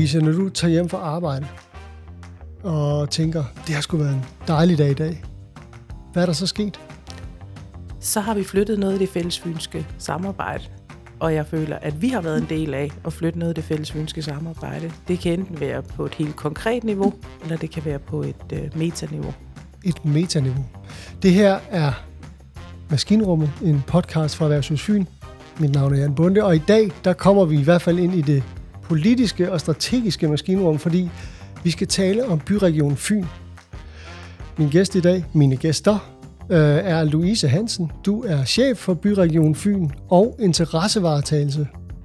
Louise, når du tager hjem fra arbejde og tænker, det har sgu været en dejlig dag i dag, hvad er der så sket? Så har vi flyttet noget af det fællesfynske samarbejde, og jeg føler, at vi har været en del af at flytte noget af det fællesfynske samarbejde. Det kan enten være på et helt konkret niveau, eller det kan være på et metaniveau. Et metaniveau. Det her er Maskinrummet, en podcast fra Erhvervshus Fyn. Mit navn er Jan Bonde, og i dag der kommer vi i hvert fald ind i det politiske og strategiske maskinrum, fordi vi skal tale om byregion Fyn. Min gæst i dag, mine gæster, er Louise Hansen. Du er chef for byregion Fyn og interessevaretagelse.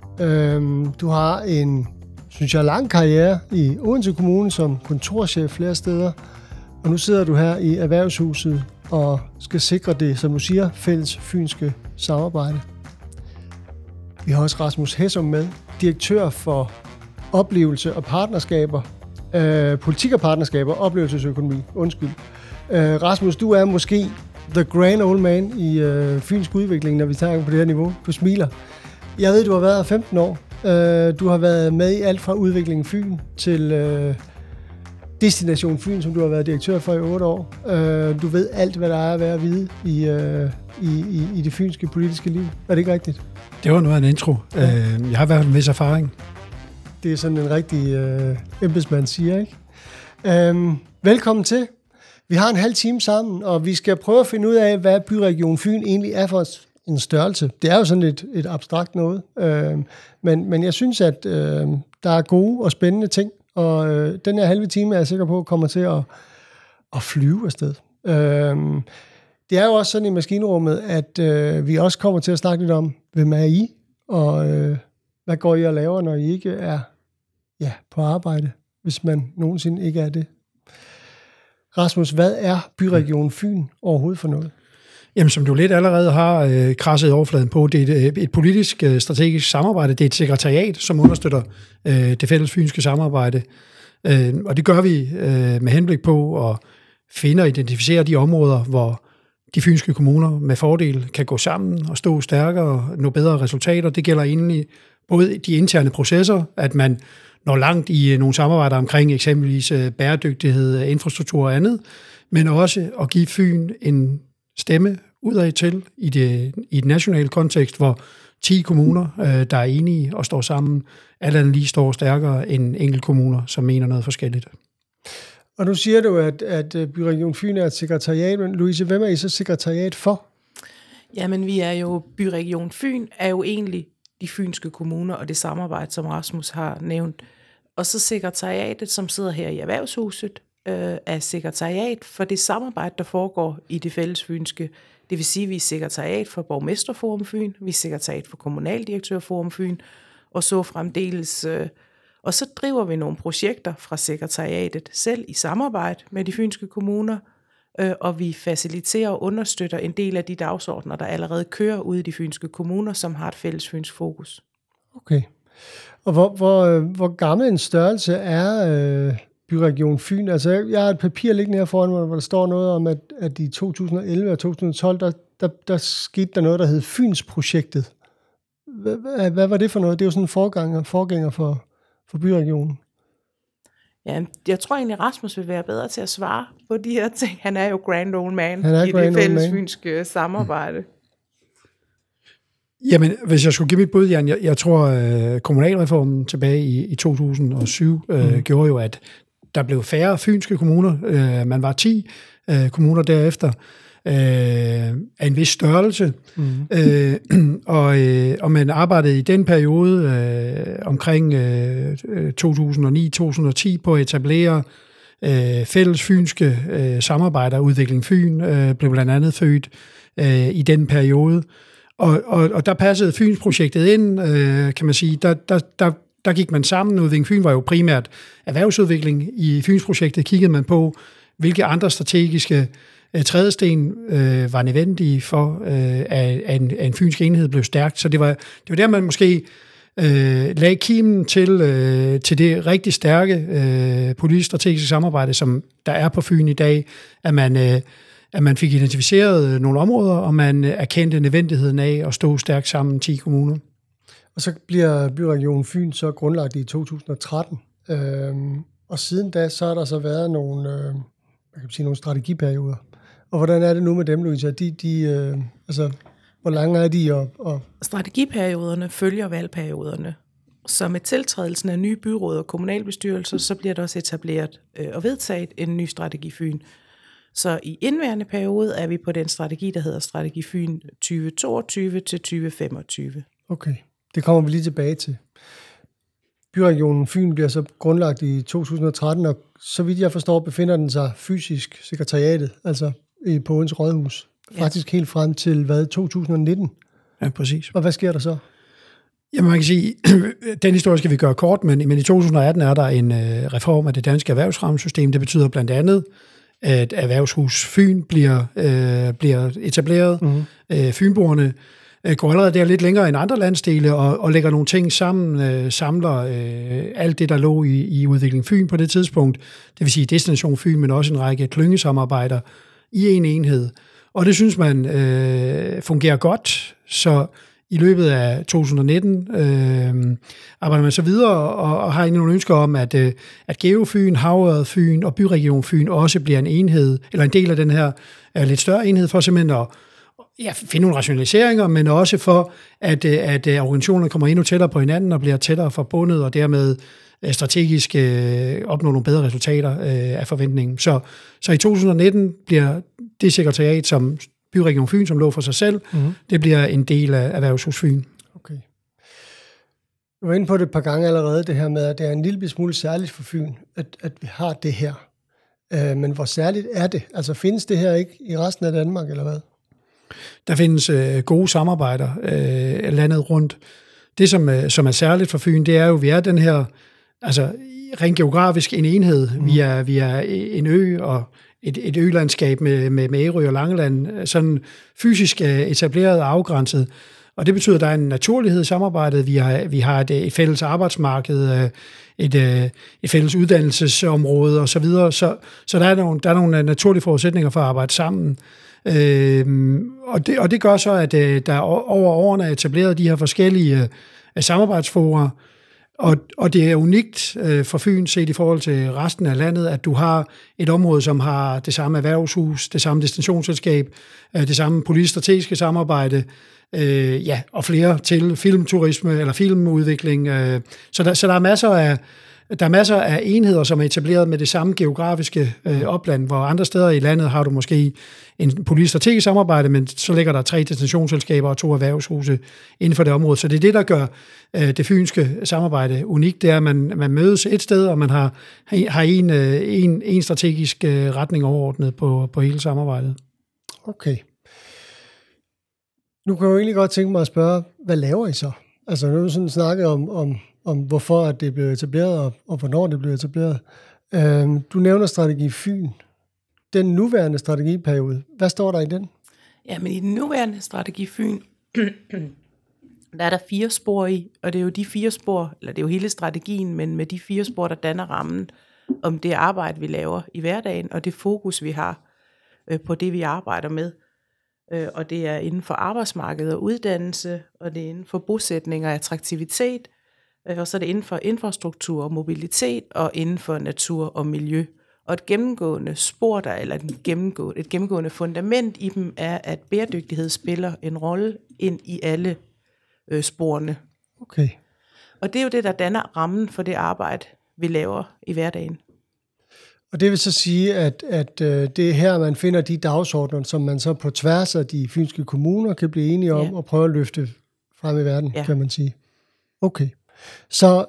Du har en, synes jeg, lang karriere i Odense Kommune som kontorchef flere steder, og nu sidder du her i Erhvervshuset og skal sikre det, som du siger, fælles fynske samarbejde. Vi har også Rasmus Hessum med, direktør for oplevelse og partnerskaber, politik og partnerskaber, oplevelsesøkonomi, undskyld. Rasmus, du er måske the grand old man i fynsk udvikling, når vi tager på det her niveau. Du smiler. Jeg ved, du har været her 15 år. Du har været med i alt fra udviklingen Fyn til Destination Fyn, som du har været direktør for i 8 år. Du ved alt, hvad der er at være at vide i det fynske politiske liv. Er det ikke rigtigt? Det var noget af en intro. Ja. Jeg har været en vis erfaring. Det er sådan en rigtig embedsmand siger, ikke? Velkommen til. Vi har en halv time sammen, og vi skal prøve at finde ud af, hvad byregion Fyn egentlig er for en størrelse. Det er jo sådan et abstrakt noget, men jeg synes, at der er gode og spændende ting, og den her halve time er jeg sikker på kommer til at flyve afsted. Det er jo også sådan i maskinrummet, at vi også kommer til at snakke lidt om, hvem er I, og hvad går I og laver, når I ikke er på arbejde, hvis man nogensinde ikke er det. Rasmus, hvad er byregion Fyn overhovedet for noget? Jamen, som du lidt allerede har krasset overfladen på, det er et politisk strategisk samarbejde. Det er et sekretariat, som understøtter det fælles fynske samarbejde. Og det gør vi med henblik på at finde og identificere de områder, hvor de fynske kommuner med fordel kan gå sammen og stå stærkere og nå bedre resultater. Det gælder egentlig både de interne processer, at man når langt i nogle samarbejder omkring eksempelvis bæredygtighed, infrastruktur og andet, men også at give Fyn en stemme udad til i et nationalt kontekst, hvor 10 kommuner, der er enige og står sammen, alt andet lige står stærkere end enkelte kommuner, som mener noget forskelligt. Og nu siger du, at byregion Fyn er et sekretariat, men Louise, hvem er I så sekretariat for? Jamen, vi er jo, byregion Fyn er jo egentlig de fynske kommuner og det samarbejde, som Rasmus har nævnt. Og så sekretariatet, som sidder her i Erhvervshuset, er sekretariat for det samarbejde, der foregår i det fællesfynske. Det vil sige, at vi er sekretariat for Borgmesterforum Fyn, vi er sekretariat for Kommunaldirektørforum Fyn, og så fremdeles. Og så driver vi nogle projekter fra sekretariatet selv i samarbejde med de fynske kommuner, og vi faciliterer og understøtter en del af de dagsordner, der allerede kører ude i de fynske kommuner, som har et fælles fynsk fokus. Okay. Og hvor gammel en størrelse er byregion Fyn? Altså, jeg har et papir liggende her foran mig, hvor der står noget om, at i 2011 og 2012, der skete der noget, der hed Fynsprojektet. Hvad var det for noget? Det er jo sådan en forgænger for byregionen. Ja, jeg tror egentlig, Rasmus vil være bedre til at svare på de her ting. Han er jo grand old man i det fællesfynske samarbejde. Jamen, hvis jeg skulle give mit bud, Jan, jeg tror, kommunalreformen tilbage i 2007 gjorde jo, at der blev færre fynske kommuner. Man var 10 kommuner derefter af en vis størrelse. Og man arbejdede i den periode omkring 2009-2010 på at etablere fælles fynske samarbejder. Udvikling Fyn blev blandt andet født i den periode. Og der passede Fynsprojektet ind, kan man sige. Der gik man sammen. Udvikling Fyn var jo primært erhvervsudvikling. I Fynsprojektet kiggede man på, hvilke andre strategiske trædesten var nødvendige for, at en fynsk enhed blev stærkt. Så det var der, man måske lagde kimen til det rigtig stærke politisk strategiske samarbejde, som der er på Fyn i dag, at man fik identificeret nogle områder, og man erkendte nødvendigheden af at stå stærkt sammen 10 kommuner. Og så bliver byregion Fyn så grundlagt i 2013. Og siden da, så har der så været nogle strategiperioder. Og hvordan er det nu med dem, Louise? Altså, hvor lange er de? Og Strategiperioderne følger valgperioderne. Så med tiltrædelsen af nye byråd og kommunalbestyrelser, så bliver der også etableret og vedtaget en ny strategi Fyn. Så i indværende periode er vi på den strategi, der hedder Strategi Fyn 2022 til 2025. Okay, det kommer vi lige tilbage til. Byregionen Fyn bliver så grundlagt i 2013, og så vidt jeg forstår, befinder den sig fysisk sekretariatet, altså på Odense Rådhus. Faktisk helt frem til, 2019? Ja, præcis. Og hvad sker der så? Jamen, man kan sige, den historie skal vi gøre kort, men i 2018 er der en reform af det danske erhvervsrammesystem. Det betyder blandt andet, at Erhvervshus Fyn bliver etableret. Mm-hmm. Fynboerne går allerede der lidt længere end andre landsdele og lægger nogle ting sammen, samler alt det, der lå i Udvikling Fyn på det tidspunkt. Det vil sige Destination Fyn, men også en række klyngesamarbejder i en enhed. Og det synes man fungerer godt, så i løbet af 2019 arbejder man så videre og har nogle ønsker om, at GeoFyn, Havrøret Fyn og Byregion Fyn også bliver en enhed, eller en del af den her lidt større enhed, for simpelthen at finde nogle rationaliseringer, men også for, at organisationerne kommer endnu tættere på hinanden og bliver tættere forbundet, og dermed strategisk opnå nogle bedre resultater af forventningen. Så i 2019 bliver det sekretariat, som Byregion Fyn, som lå for sig selv, det bliver en del af Erhvervshus Fyn. Okay. Du var inde på det et par gange allerede, det her med, at det er en lille smule særligt for Fyn, at vi har det her. Men hvor særligt er det? Altså findes det her ikke i resten af Danmark, eller hvad? Der findes gode samarbejder landet rundt. Det, som er særligt for Fyn, det er jo, at vi er den her, altså rent geografisk en enhed. Vi er en ø og et ølandskab med Ærø og Langeland, sådan fysisk etableret og afgrænset. Og det betyder, at der er en naturlighed i samarbejdet. Vi har et fælles arbejdsmarked, et fælles uddannelsesområde osv. Så der er nogle naturlige forudsætninger for at arbejde sammen. Og det gør så, at der over årene er etableret de her forskellige samarbejdsforer, og det er unikt for Fyn set i forhold til resten af landet, at du har et område, som har det samme erhvervshus, det samme destinationsselskab, det samme politisk-strategiske samarbejde, og flere til filmturisme eller filmudvikling. Så der er masser af enheder, som er etableret med det samme geografiske opland, hvor andre steder i landet har du måske en politisk-strategisk samarbejde, men så ligger der 3 destinationsselskaber og 2 erhvervshuse inden for det område. Så det er det, der gør det fynske samarbejde unikt, det er, at man mødes et sted, og man har en strategisk retning overordnet på hele samarbejdet. Okay. Nu kan jeg jo egentlig godt tænke mig at spørge, hvad laver I så? Altså nu er sådan snakket om hvorfor at det blev etableret, og hvornår det blev etableret. Du nævner Strategi Fyn. Den nuværende strategiperiode, hvad står der i den? Ja, men i den nuværende Strategi Fyn, der er der 4 spor i, og det er jo de 4 spor, eller det er jo hele strategien, men med de 4 spor, der danner rammen om det arbejde, vi laver i hverdagen, og det fokus, vi har på det, vi arbejder med. Og det er inden for arbejdsmarked og uddannelse, og det er inden for bosætning og attraktivitet, og så er det inden for infrastruktur og mobilitet, og inden for natur og miljø. Og et gennemgående spor, et gennemgående fundament i dem, er, at bæredygtighed spiller en rolle ind i alle sporene. Okay. Og det er jo det, der danner rammen for det arbejde, vi laver i hverdagen. Og det vil så sige, at det er her, man finder de dagsordner, som man så på tværs af de fynske kommuner kan blive enige om og prøve at løfte frem i verden, kan man sige. Okay. Så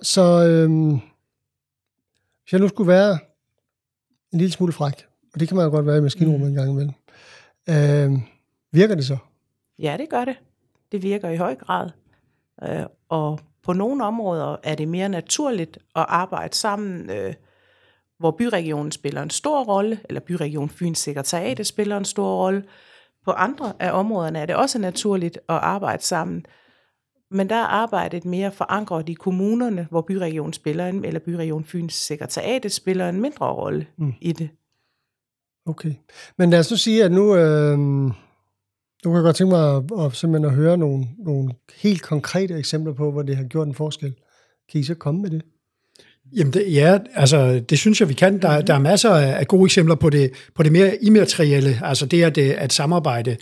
hvis jeg nu skulle være en lille smule fræk, og det kan man jo godt være i maskinrummet en gang imellem, virker det så? Ja, det gør det. Det virker i høj grad. Og på nogle områder er det mere naturligt at arbejde sammen, hvor byregionen spiller en stor rolle, eller Byregion Fyns sekretariat spiller en stor rolle. På andre af områderne er det også naturligt at arbejde sammen, men der er arbejdet mere forankret i kommunerne, hvor Byregion spiller eller Byregion Fyns sekretariat spiller en mindre rolle i det. Okay. Men lad os nu sige, at nu kan jeg godt tænke mig simpelthen at høre nogle helt konkrete eksempler på, hvor det har gjort en forskel. Kan I så komme med det? Jamen det synes jeg, vi kan. Der er masser af gode eksempler på det mere immaterielle, altså det at samarbejde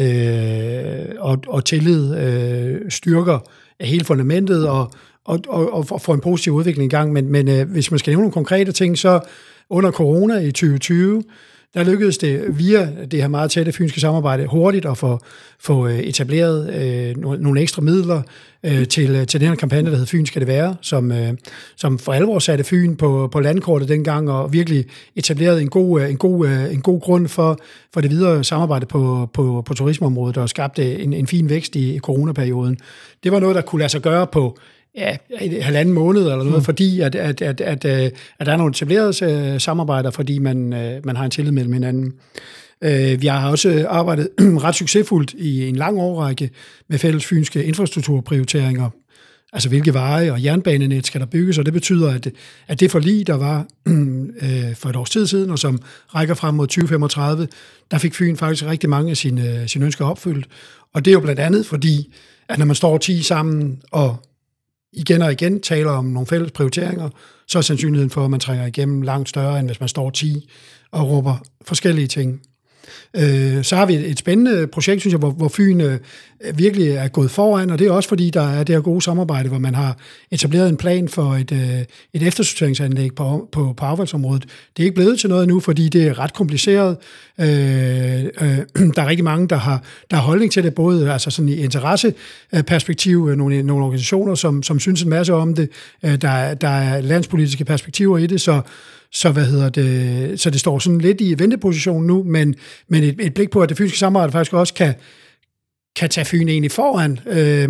og tillid styrker hele fundamentet og få en positiv udvikling i gang. Men hvis man skal nævne nogle konkrete ting, så under corona i 2020, der lykkedes det via det her meget tætte fynske samarbejde hurtigt at få etableret nogle ekstra midler til den her kampagne, der hed Fyn skal det være, som for alvor satte Fyn på landkortet dengang og virkelig etablerede en god grund for det videre samarbejde på turismeområdet og skabte en fin vækst i coronaperioden. Det var noget, der kunne lade sig gøre på 1,5 måned eller noget, fordi at der er nogle etablerede samarbejder, fordi man har en tillid mellem hinanden. Vi har også arbejdet ret succesfuldt i en lang årrække med fælles fynske infrastrukturprioriteringer, altså hvilke veje og jernbanenet skal der bygges, og det betyder, at det forlig, der var for et års tid siden, og som rækker frem mod 2035, der fik Fyn faktisk rigtig mange af sine ønsker opfyldt. Og det er jo blandt andet fordi, at når man står 10 sammen og igen og igen taler om nogle fælles prioriteringer, så er sandsynligheden for, at man trænger igennem langt større, end hvis man står 10 og råber forskellige ting. Så har vi et spændende projekt, synes jeg, hvor Fyn virkelig er gået foran, og det er også fordi, der er det her gode samarbejde, hvor man har etableret en plan for et eftersorteringsanlæg på affaldsområdet. Det er ikke blevet til noget nu, fordi det er ret kompliceret. Der er rigtig mange, der har holdning til det, både altså sådan i interesseperspektiv, nogle organisationer, som synes en masse om det. Der er landspolitiske perspektiver i det, så det står sådan lidt i venteposition nu, men et blik på, at det fynske samarbejde faktisk også kan tage Fyn egentlig foran,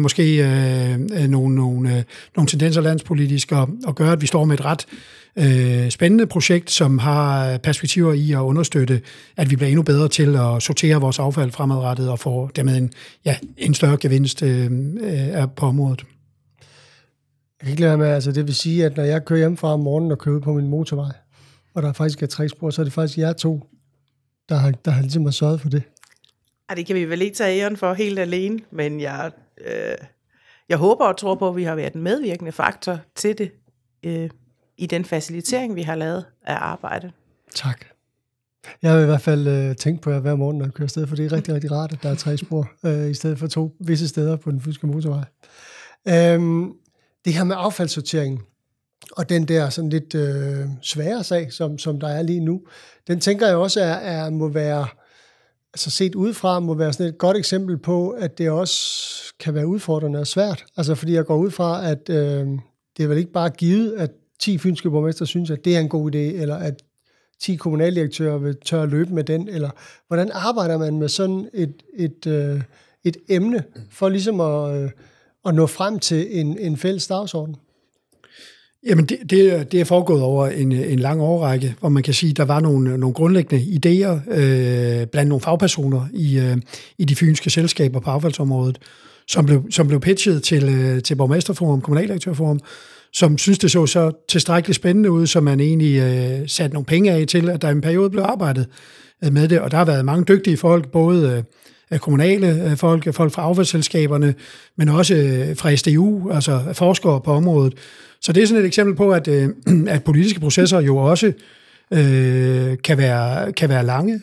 nogle tendenser landspolitisk, og gøre, at vi står med et ret spændende projekt, som har perspektiver i at understøtte, at vi bliver endnu bedre til at sortere vores affald fremadrettet og få dermed en større gevinst på området. Jeg kan ikke lade med, altså det vil sige, at når jeg kører hjem fra om morgenen og kører ud på min motorvej, og der faktisk er 3 spor, så er det faktisk jer to, der har ligesom sørget for det. Ej, det kan vi vel ikke tage æren for helt alene, men jeg håber og tror på, at vi har været en medvirkende faktor til det i den facilitering, vi har lavet af arbejdet. Tak. Jeg vil i hvert fald tænke på jer hver morgen, når jeg kører afsted, for det er rigtig, rigtig rart, at der er 3 spor, i stedet for 2 visse steder på den fynske motorvej. Det her med affaldssorteringen, og den der sådan lidt svære sag, som der er lige nu, den tænker jeg også må være, altså set udefra, må være sådan et godt eksempel på, at det også kan være udfordrende og svært. Altså fordi jeg går ud fra, at det er vel ikke bare givet, at 10 fynske borgmester synes, at det er en god idé, eller at 10 kommunaldirektører vil tør at løbe med den, eller hvordan arbejder man med sådan et emne, for ligesom at nå frem til en fælles dagsorden? Jamen, det er foregået over en lang årrække, hvor man kan sige, at der var nogle grundlæggende idéer blandt nogle fagpersoner i de fynske selskaber på affaldsområdet, som blev pitchet til borgmesterforum, kommunaldirektørforum, som synes, det så tilstrækkeligt spændende ud, så man egentlig satte nogle penge af til, at der i en periode blev arbejdet med det. Og der har været mange dygtige folk, både kommunale folk fra affaldsselskaberne, men også fra SDU, altså forskere på området. Så det er sådan et eksempel på, at politiske processer jo også kan være lange,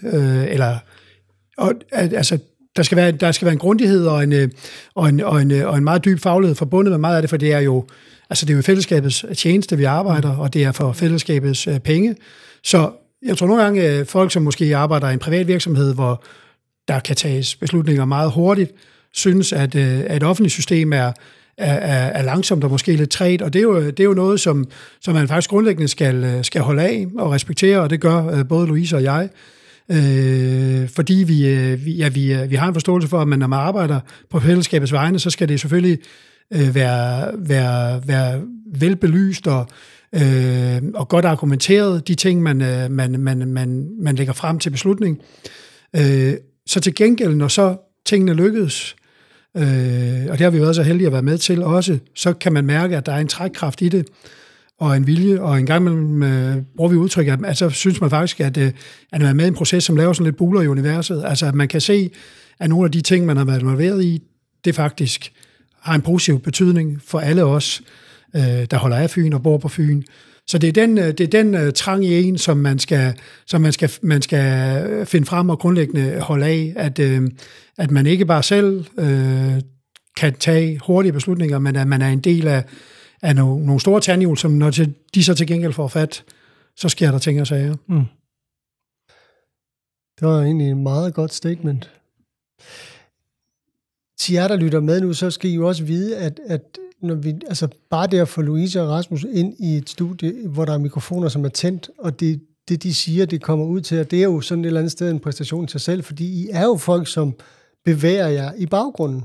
der skal være en grundighed og en meget dyb faglighed forbundet med meget af det, for det er jo fællesskabets tjeneste, vi arbejder, og det er for fællesskabets penge. Så jeg tror nogle gange, folk, som måske arbejder i en privat virksomhed, hvor der kan tages beslutninger meget hurtigt, synes, at et offentligt system er langsomt og måske lidt trægt, og det er jo noget, som man faktisk grundlæggende skal holde af og respektere, og det gør både Louise og jeg, fordi vi har en forståelse for, at når man arbejder på fællesskabets vegne, så skal det selvfølgelig være velbelyst og godt argumenteret, de ting, man lægger frem til beslutning. Så til gengæld, når så tingene lykkedes, og det har vi været så heldige at være med til også, så kan man mærke, at der er en trækkraft i det, og en vilje, og en gang imellem bruger vi udtryk, at så synes man faktisk, at man er med i en proces, som laver sådan lidt buler i universet. Altså, at man kan se, at nogle af de ting, man har været involveret i, det faktisk har en positiv betydning for alle os, der holder af Fyn og bor på Fyn. Så det er den trang i en, som man skal finde frem og grundlæggende holde af, at man ikke bare selv kan tage hurtige beslutninger, men at man er en del af nogle store tandhjul, som når de så til gengæld får fat, så sker der ting og sager. Mm. Det var egentlig et meget godt statement. Til jer, der lytter med nu, så skal I jo også vide, at når vi, altså bare det at få Louise og Rasmus ind i et studie, hvor der er mikrofoner, som er tændt, og det de siger, det kommer ud til, og det er jo sådan et eller andet sted en præstation til sig selv, fordi I er jo folk, som bevæger jer i baggrunden.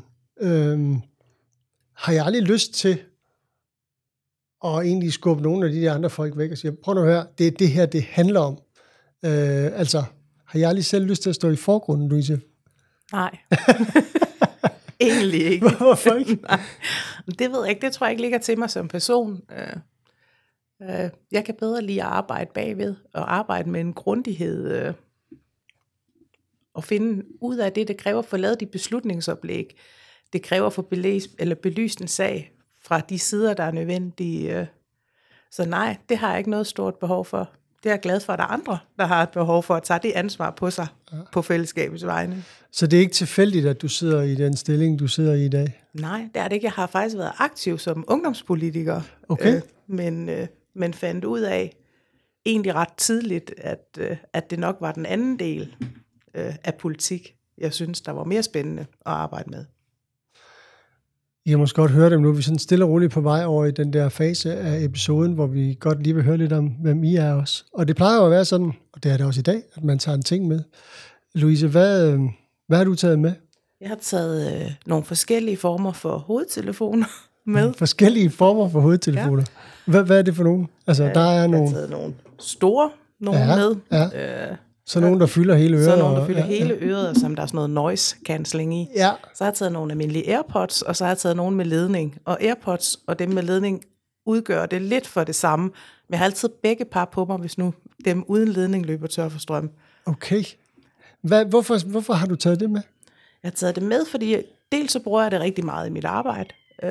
Har jeg aldrig lyst til at egentlig skubbe nogle af de der andre folk væk og sige, prøv nu at høre, det er det her, det handler om. Altså, har jeg aldrig selv lyst til at stå i forgrunden, Louise? Nej. Egentlig ikke. Hvorfor ikke? Nej. Det ved jeg ikke. Det tror jeg ikke ligger til mig som person. Jeg kan bedre lide at arbejde bagved, og arbejde med en grundighed, og finde ud af det kræver for at lave de beslutningsoplæg. Det kræver for belyst en sag fra de sider, der er nødvendige. Så nej, det har jeg ikke noget stort behov for. Det er jeg glad for, at der er andre, der har et behov for at tage det ansvar på sig, på fællesskabets vegne. Så det er ikke tilfældigt, at du sidder i den stilling, du sidder i dag? Nej, det er det ikke. Jeg har faktisk været aktiv som ungdomspolitiker, okay. Men fandt ud af egentlig ret tidligt, at det nok var den anden del af politik, jeg synes, der var mere spændende at arbejde med. I har måske godt høre dem nu. Vi er sådan stille og roligt på vej over i den der fase af episoden, hvor vi godt lige vil høre lidt om, hvem I er også. Og det plejer jo at være sådan, og det er det også i dag, at man tager en ting med. Louise, hvad har du taget med? Jeg har taget nogle forskellige former for hovedtelefoner med. Forskellige former for hovedtelefoner? Ja. Hvad er det for nogle? Altså, der er jeg nogle... har taget nogle store med. Ja. Så nogen, der fylder hele øret. Så nogen, der fylder hele øret, og som der er sådan noget noise cancelling i. Ja. Så har jeg taget nogle almindelige AirPods, og så har jeg taget nogle med ledning. Og AirPods og dem med ledning udgør det lidt for det samme. Men jeg har altid begge par på mig, hvis nu dem uden ledning løber tør for strøm. Okay. Hvorfor har du taget det med? Jeg har taget det med, fordi dels så bruger jeg det rigtig meget i mit arbejde.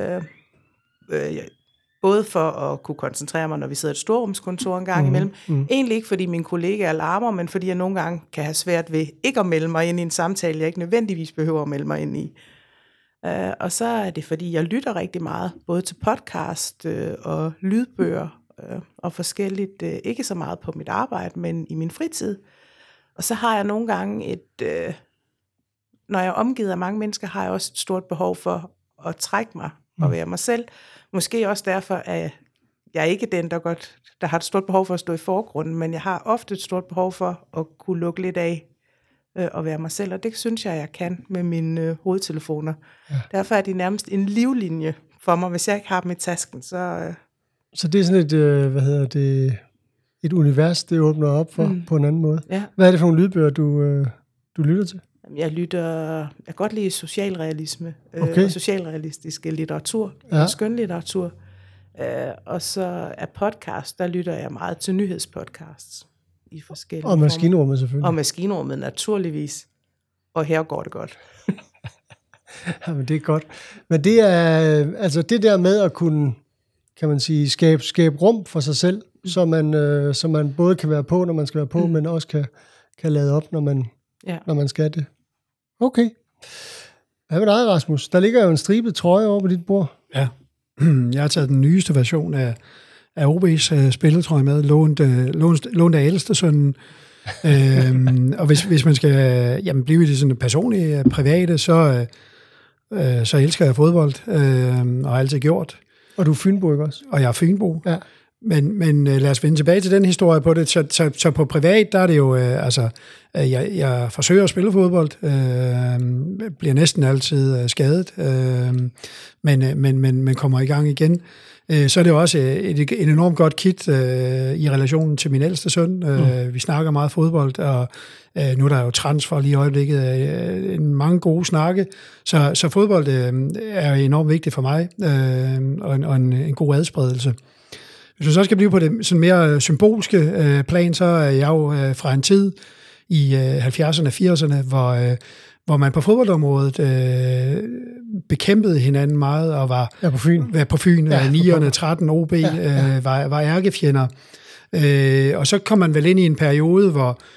Både for at kunne koncentrere mig, når vi sidder i et storrumskontor en gang imellem. Egentlig ikke, fordi mine kollegaer larmer, men fordi jeg nogle gange kan have svært ved ikke at melde mig ind i en samtale, jeg ikke nødvendigvis behøver at melde mig ind i. Og så er det, fordi jeg lytter rigtig meget, både til podcast og lydbøger og forskelligt. Ikke så meget på mit arbejde, men i min fritid. Og så har jeg nogle gange når jeg er omgivet af mange mennesker, har jeg også et stort behov for at trække mig og være mig selv. Måske også derfor, at jeg er ikke den, der har et stort behov for at stå i forgrunden, men jeg har ofte et stort behov for at kunne lukke lidt af og være mig selv, og det synes jeg kan med mine hovedtelefoner. Ja. Derfor er de nærmest en livlinje for mig. Hvis jeg ikke har dem i tasken, så... Så det er sådan et univers, det åbner op for på en anden måde. Ja. Hvad er det for nogle lydbøger, du lytter til? Jeg kan godt lide socialrealisme og socialrealistisk litteratur, skønlitteratur. Og så er podcast, der lytter jeg meget til nyhedspodcasts i forskellige former. Og Maskinrummet selvfølgelig. Og Maskinrummet naturligvis. Og her går det godt. Jamen det er godt. Men det er altså det der med at kunne, kan man sige, skabe rum for sig selv, så man både kan være på, når man skal være på, men også kan lade op, når man skal det. Okay. Hvad med dig, Rasmus? Der ligger jo en stribet trøje over på dit bord. Ja. Jeg har taget den nyeste version af OB's spilletrøje med, lånt af ældstesønnen. Og hvis man skal blive i det sådan personlige, private, så elsker jeg fodbold, og har altid gjort. Og du er fynbo, ikke også? Og jeg er fynbo. Ja. Men lad os vende tilbage til den historie på det. Så på privat, der er det jo, jeg forsøger at spille fodbold, bliver næsten altid skadet, men kommer i gang igen. Så er det også et enormt godt kit i relationen til min ældste søn. Vi snakker meget fodbold, og nu er der jo transfer lige i øjeblikket, mange gode snakke. Så fodbold er enormt vigtigt for mig, og en god adspredelse. Hvis du så skal blive på det sådan mere symbolske plan, så er jeg jo fra en tid i 70'erne og 80'erne, hvor man på fodboldområdet bekæmpede hinanden meget og var på Fyn, 9'erne, 13 OB, var ærkefjender. Og så kom man vel ind i en periode,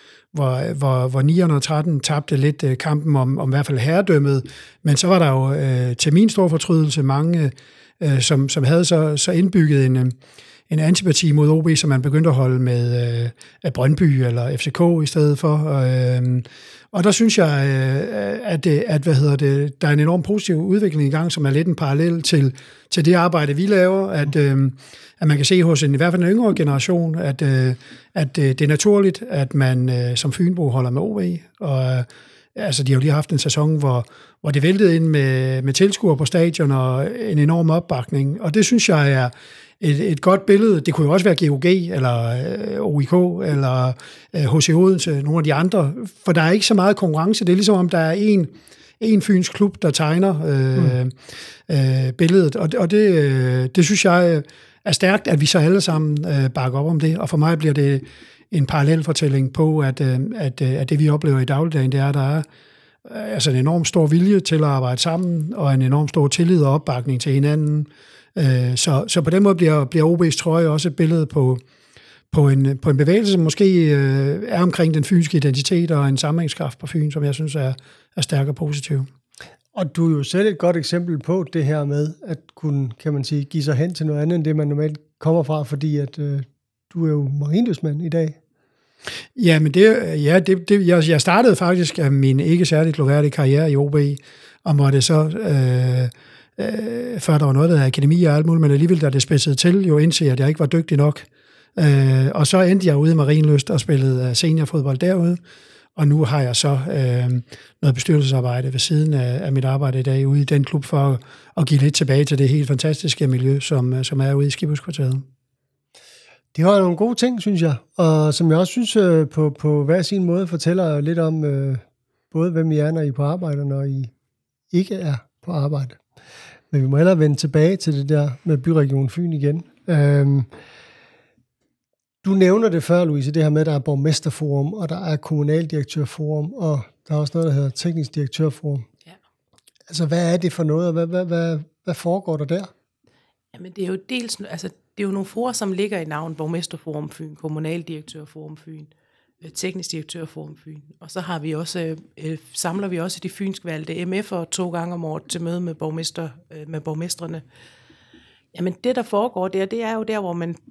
hvor 9'erne og 13 tabte lidt kampen om i hvert fald herredømmet, men så var der jo til min store fortrydelse mange, som havde så indbygget en antipati mod OB, som man begyndte at holde med Brøndby eller FCK i stedet for. Og der synes jeg, at der er en enorm positiv udvikling i gang, som er lidt en parallel til det arbejde, vi laver, at man kan se hos i hvert fald en yngre generation, at det er naturligt, at man som Fynbo holder med OB. Og altså, de har jo lige haft en sæson, hvor det væltede ind med tilskuere på stadion og en enorm opbakning. Og det synes jeg er et godt billede. Det kunne jo også være GOG, eller OIK, eller HC Odense, nogle af de andre. For der er ikke så meget konkurrence. Det er ligesom om, der er en Fyns klub, der tegner billedet. Og det synes jeg er stærkt, at vi så alle sammen bakker op om det. Og for mig bliver det en parallelfortælling på, at det, vi oplever i dagligdagen, det er, at der er altså en enorm stor vilje til at arbejde sammen, og en enorm stor tillid og opbakning til hinanden. Så på den måde bliver OB's trøje også et billede på en bevægelse, som måske er omkring den fynske identitet og en sammenhængskraft på Fyn, som jeg synes er stærk og positiv. Og du er jo selv et godt eksempel på det her med at kunne, kan man sige, give sig hen til noget andet, end det man normalt kommer fra, fordi at du er jo marinløsmand i dag. Ja, men jeg startede faktisk af min ikke særligt gloværdige karriere i OB, og måtte så, før der var noget, der havde akademi og alt muligt, men alligevel, da det spidsede til, jo indse, at jeg ikke var dygtig nok. Og så endte jeg ude i Marienlyst og spillede seniorfodbold derude, og nu har jeg så noget bestyrelsesarbejde ved siden af mit arbejde i dag ude i den klub for at give lidt tilbage til det helt fantastiske miljø, som er ude i Skibhuskvarteret. Det var nogle gode ting, synes jeg, og som jeg også synes på hver sin måde fortæller lidt om både hvem I er, når I er på arbejde, og når I ikke er på arbejde. Men vi må hellere vende tilbage til det der med Byregion Fyn igen. Du nævner det før, Louise, det her med, at der er borgmesterforum, og der er kommunaldirektørforum, og der er også noget, der hedder teknisk direktørforum. Ja. Altså, hvad er det for noget, og hvad foregår der? Jamen, det er jo dels, altså, det er jo nogle forer, som ligger i navn Borgmesterforum Fyn, Kommunaldirektørforum Fyn, Teknisk Direktørforum Fyn. Og så har vi også, samler vi også de fynsk valgte MF'er 2 gange om året til møde med borgmestrene. Jamen det, der foregår der, det er jo der, hvor man...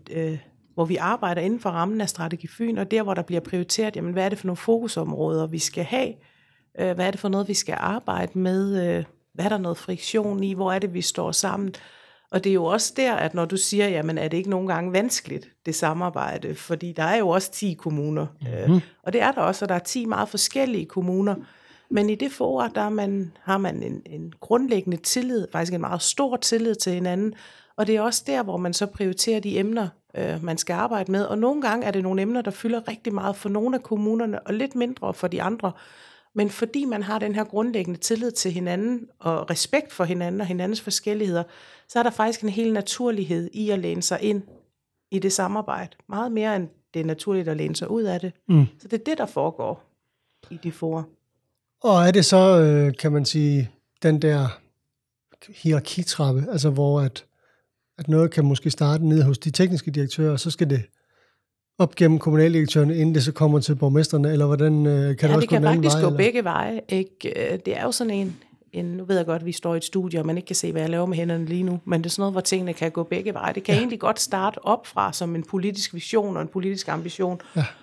hvor vi arbejder inden for rammen af Strategi Fyn, og der, hvor der bliver prioriteret, jamen, hvad er det for nogle fokusområder, vi skal have? Hvad er det for noget, vi skal arbejde med? Hvad er der noget friktion i? Hvor er det, vi står sammen? Og det er jo også der, at når du siger, jamen, er det ikke nogle gange vanskeligt, det samarbejde? Fordi der er jo også 10 kommuner, og det er der også, og der er 10 meget forskellige kommuner. Men i det forår, har man en grundlæggende tillid, faktisk en meget stor tillid til hinanden, og det er også der, hvor man så prioriterer de emner, man skal arbejde med. Og nogle gange er det nogle emner, der fylder rigtig meget for nogle af kommunerne, og lidt mindre for de andre. Men fordi man har den her grundlæggende tillid til hinanden, og respekt for hinanden og hinandens forskelligheder, så er der faktisk en hel naturlighed i at læne sig ind i det samarbejde. Meget mere end det er naturligt at læne sig ud af det. Så det er det, der foregår i de forer. Og er det så, kan man sige, den der hierarkitrappe, altså hvor at noget kan måske starte nede hos de tekniske direktører, og så skal det op gennem kommunaldirektørerne, inden det så kommer til borgmesterne, eller hvordan kan det også gå den anden vej? Det kan faktisk gå begge veje. Ikke? Det er jo sådan nu ved jeg godt, at vi står i et studie, og man ikke kan se, hvad jeg laver med hænderne lige nu, men det er sådan noget, hvor tingene kan gå begge veje. Det kan egentlig godt starte op fra som en politisk vision og en politisk ambition,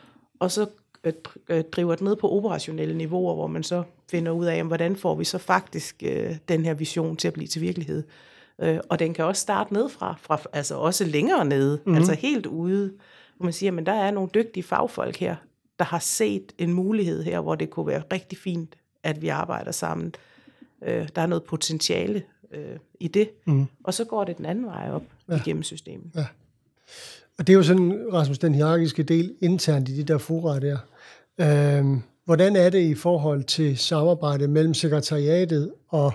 og så driver det ned på operationelle niveauer, hvor man så finder ud af, hvordan får vi så faktisk den her vision til at blive til virkelighed. Og den kan også starte nedfra, altså også længere nede, altså helt ude, hvor man siger, men der er nogle dygtige fagfolk her, der har set en mulighed her, hvor det kunne være rigtig fint, at vi arbejder sammen. Der er noget potentiale i det, og så går det den anden vej op igennem systemet. Ja. Og det er jo sådan, Rasmus, den hierarkiske del internt i de der fora der. Hvordan er det i forhold til samarbejde mellem sekretariatet og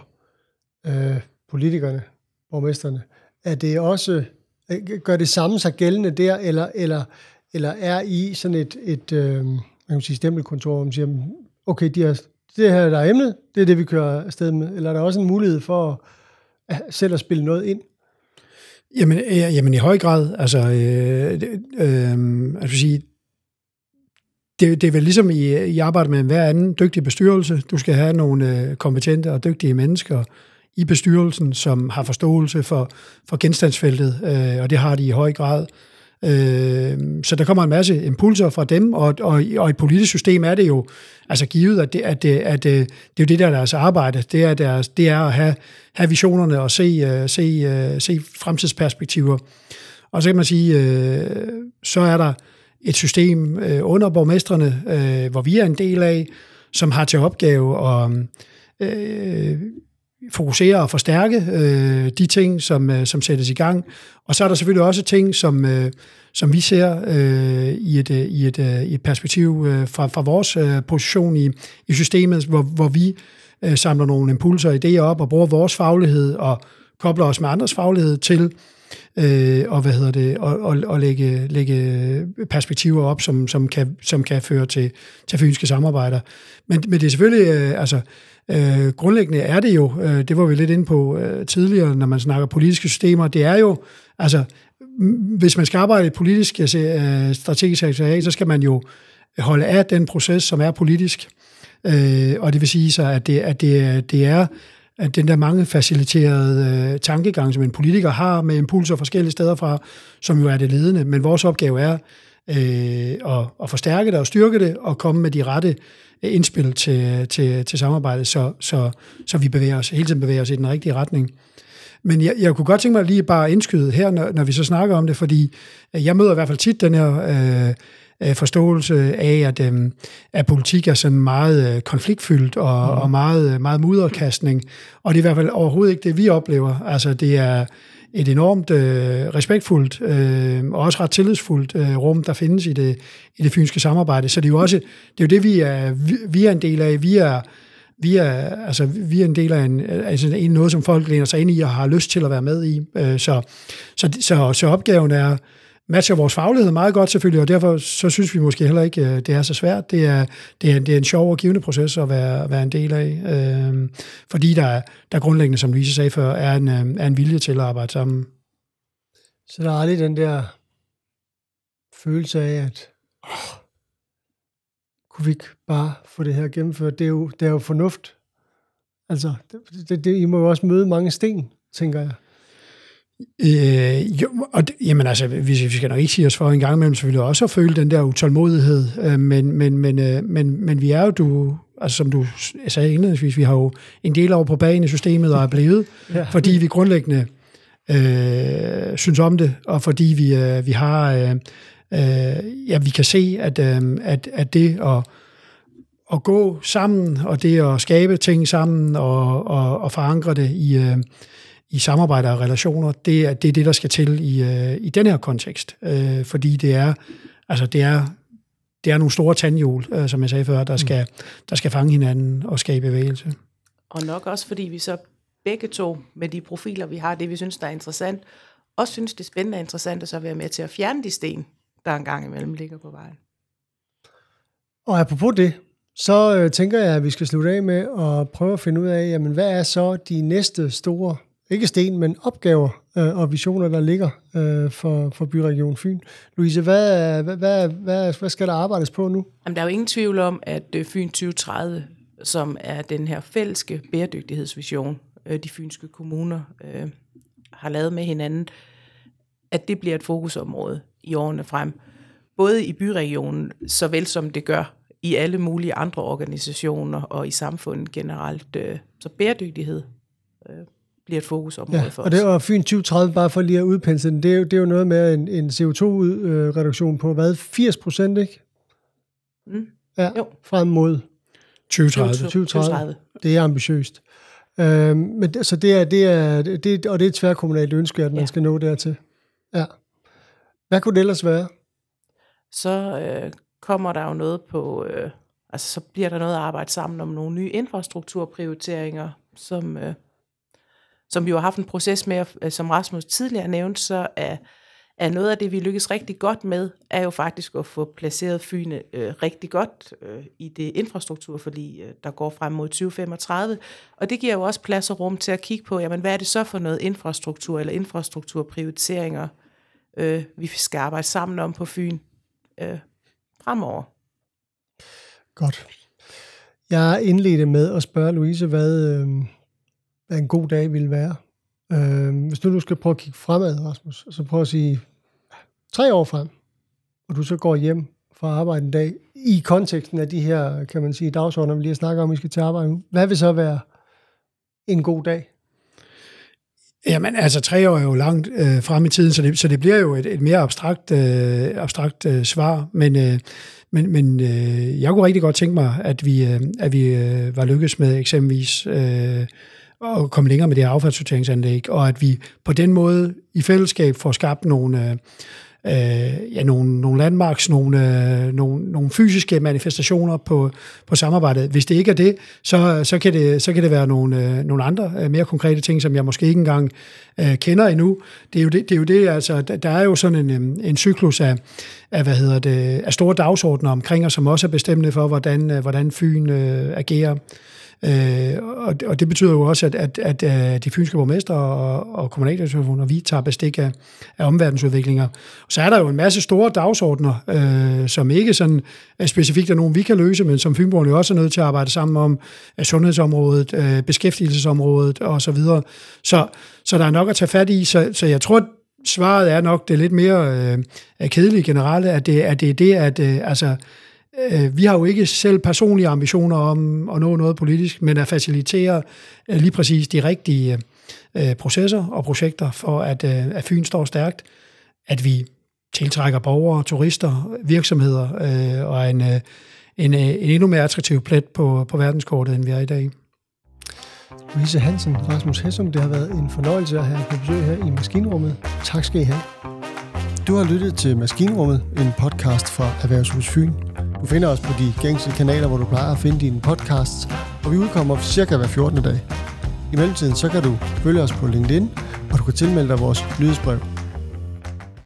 politikerne, borgmesterne? Er det også, gør det samme sig gældende der, eller er I sådan et man kan sige, stempelkontor, hvor man siger, okay, det her, der er emnet, det er det, vi kører afsted med? Eller er der også en mulighed for selv at spille noget ind? Jamen i høj grad. Altså, sige, det er vel ligesom i arbejde med hver anden dygtig bestyrelse. Du skal have nogle kompetente og dygtige mennesker i bestyrelsen, som har forståelse for genstandsfeltet, og det har de i høj grad. Så der kommer en masse impulser fra dem, og i et politisk system er det jo altså givet, at det er jo det, der er deres arbejde. Det er at have visionerne og se fremtidsperspektiver. Og så kan man sige, så er der et system under borgmestrene, hvor vi er en del af, som har til opgave at fokusere og forstærke de ting, som sættes i gang. Og så er der selvfølgelig også ting, som vi ser i et perspektiv fra vores position i systemet, hvor vi samler nogle impulser og idéer op og bruger vores faglighed og kobler os med andres faglighed til og lægge perspektiver op, som kan føre til fynske samarbejder. Men det er selvfølgelig, grundlæggende er det jo, det var vi lidt inde på tidligere, når man snakker politiske systemer, det er jo, altså, hvis man skal arbejde i et politisk strategisk sekretariat, så skal man jo holde af den proces, som er politisk. Og det vil sige så, at det er at den der mange faciliterede tankegang, som en politiker har med impulser forskellige steder fra, som jo er det ledende. Men vores opgave er at forstærke det og styrke det og komme med de rette indspil til samarbejdet, så vi hele tiden bevæger os i den rigtige retning. Men jeg kunne godt tænke mig lige bare indskyde her, når vi så snakker om det, fordi jeg møder i hvert fald tit den her forståelse af, at politik er sådan meget konfliktfyldt og meget, meget mudderkastning. Og det er i hvert fald overhovedet ikke det, vi oplever. Altså, det er et enormt respektfuldt og også ret tillidsfuldt rum, der findes i det fynske samarbejde. Så det er jo også det vi er en del af. Vi er en del af noget, som folk læner sig ind i og har lyst til at være med i. Så opgaven matcher vores faglighed meget godt selvfølgelig, og derfor så synes vi måske heller ikke, det er så svært. Det er en sjov og givende proces at være en del af, fordi der grundlæggende, som Louise sagde før, er en vilje til at arbejde sammen. Så der er aldrig den der følelse af, at kunne vi ikke bare få det her gennemført? Det er jo fornuft. Altså, I må jo også møde mange sten, tænker jeg. Jamen altså, vi skal nok ikke sige os for en gang imellem, selvfølgelig også at føle den der utålmodighed, men vi er jo, altså som du sagde indledningsvis, vi har jo en del over på bagen i systemet og er blevet, fordi vi grundlæggende synes om det, og fordi vi har, vi kan se, at det at gå sammen, og det at skabe ting sammen, og forankre det i samarbejde og relationer, det er det, der skal til i den her kontekst. Fordi det er nogle store tandhjul, som jeg sagde før, der skal fange hinanden og skabe bevægelse. Og nok også, fordi vi så begge to, med de profiler, vi har, det vi synes, der er interessant, også synes, det er spændende og interessant at så være med til at fjerne de sten, der engang imellem ligger på vejen. Og apropos det, så tænker jeg, at vi skal slutte af med at prøve at finde ud af, jamen, hvad er så de næste store, ikke sten, men opgaver og visioner, der ligger for Byregion Fyn. Louise, hvad skal der arbejdes på nu? Jamen, der er jo ingen tvivl om, at Fyn 2030, som er den her fælleske bæredygtighedsvision, de fynske kommuner har lavet med hinanden, at det bliver et fokusområde i årene frem. Både i byregionen, såvel som det gør i alle mulige andre organisationer og i samfundet generelt. Så bæredygtighed bliver et fokusområde for os. Og det var Fyn 2030, bare for lige at udpensle den, det er jo noget med en CO2-reduktion på, 80%, ikke? Ja, jo. Frem mod 2030. Det er ambitiøst. Men så det er et tværkommunalt ønske, at man skal nå dertil. Ja. Hvad kunne det ellers være? Så kommer der jo noget på, så bliver der noget at arbejde sammen om nogle nye infrastrukturprioriteringer, som vi jo har haft en proces med, som Rasmus tidligere nævnte, så at noget af det, vi lykkes rigtig godt med, er jo faktisk at få placeret Fyn rigtig godt i det infrastrukturforlig, der går frem mod 2035. Og det giver jo også plads og rum til at kigge på, jamen, hvad er det så for noget infrastruktur eller infrastrukturprioriteringer, vi skal arbejde sammen om på Fyn fremover. Godt. Jeg indledte med at spørge Louise, hvad en god dag ville være. Hvis du skal prøve at kigge fremad, Rasmus, så prøv at sige 3 år frem, og du så går hjem fra arbejde en dag, i konteksten af de her, kan man sige, dagsordener, vi lige snakker om, vi skal til arbejde nu. Hvad vil så være en god dag? Jamen, altså 3 år er jo langt frem i tiden, så det bliver jo et mere abstrakt svar, men jeg kunne rigtig godt tænke mig, at vi var lykkes med eksempelvis at komme længere med det her affaldssorteringsanlæg, og at vi på den måde i fællesskab får skabt nogle landmarks, nogle fysiske manifestationer på samarbejdet. Hvis det ikke er det, så kan det være nogle andre mere konkrete ting, som jeg måske ikke engang kender endnu. Det er jo det, altså der er jo sådan en cyklus af store dagsordner omkring os, som også er bestemmende for, hvordan Fyn agerer. Og det betyder jo også, at de fynske borgmestre og kommunaldirektører, vi tager bestik af omverdensudviklinger. Så er der jo en masse store dagsordner, som ikke sådan specifikt er nogen, vi kan løse, men som fynboerne jo også er nødt til at arbejde sammen om, sundhedsområdet, beskæftigelsesområdet osv. Så der er nok at tage fat i, så jeg tror, svaret er nok det lidt mere kedelige generelle, at det er det, at vi har jo ikke selv personlige ambitioner om at nå noget politisk, men at facilitere lige præcis de rigtige processer og projekter for, at Fyn står stærkt, at vi tiltrækker borgere, turister, virksomheder og en endnu mere attraktiv plet på verdenskortet, end vi er i dag. Louise Hansen, Rasmus Hessum, det har været en fornøjelse at have på besøg her i Maskinrummet. Tak skal I have. Du har lyttet til Maskinrummet, en podcast fra Erhvervshus Fyn. Du finder os på de gængse kanaler, hvor du plejer at finde dine podcasts, og vi udkommer cirka hver 14. dag. I mellemtiden så kan du følge os på LinkedIn, og du kan tilmelde dig vores nyhedsbrev.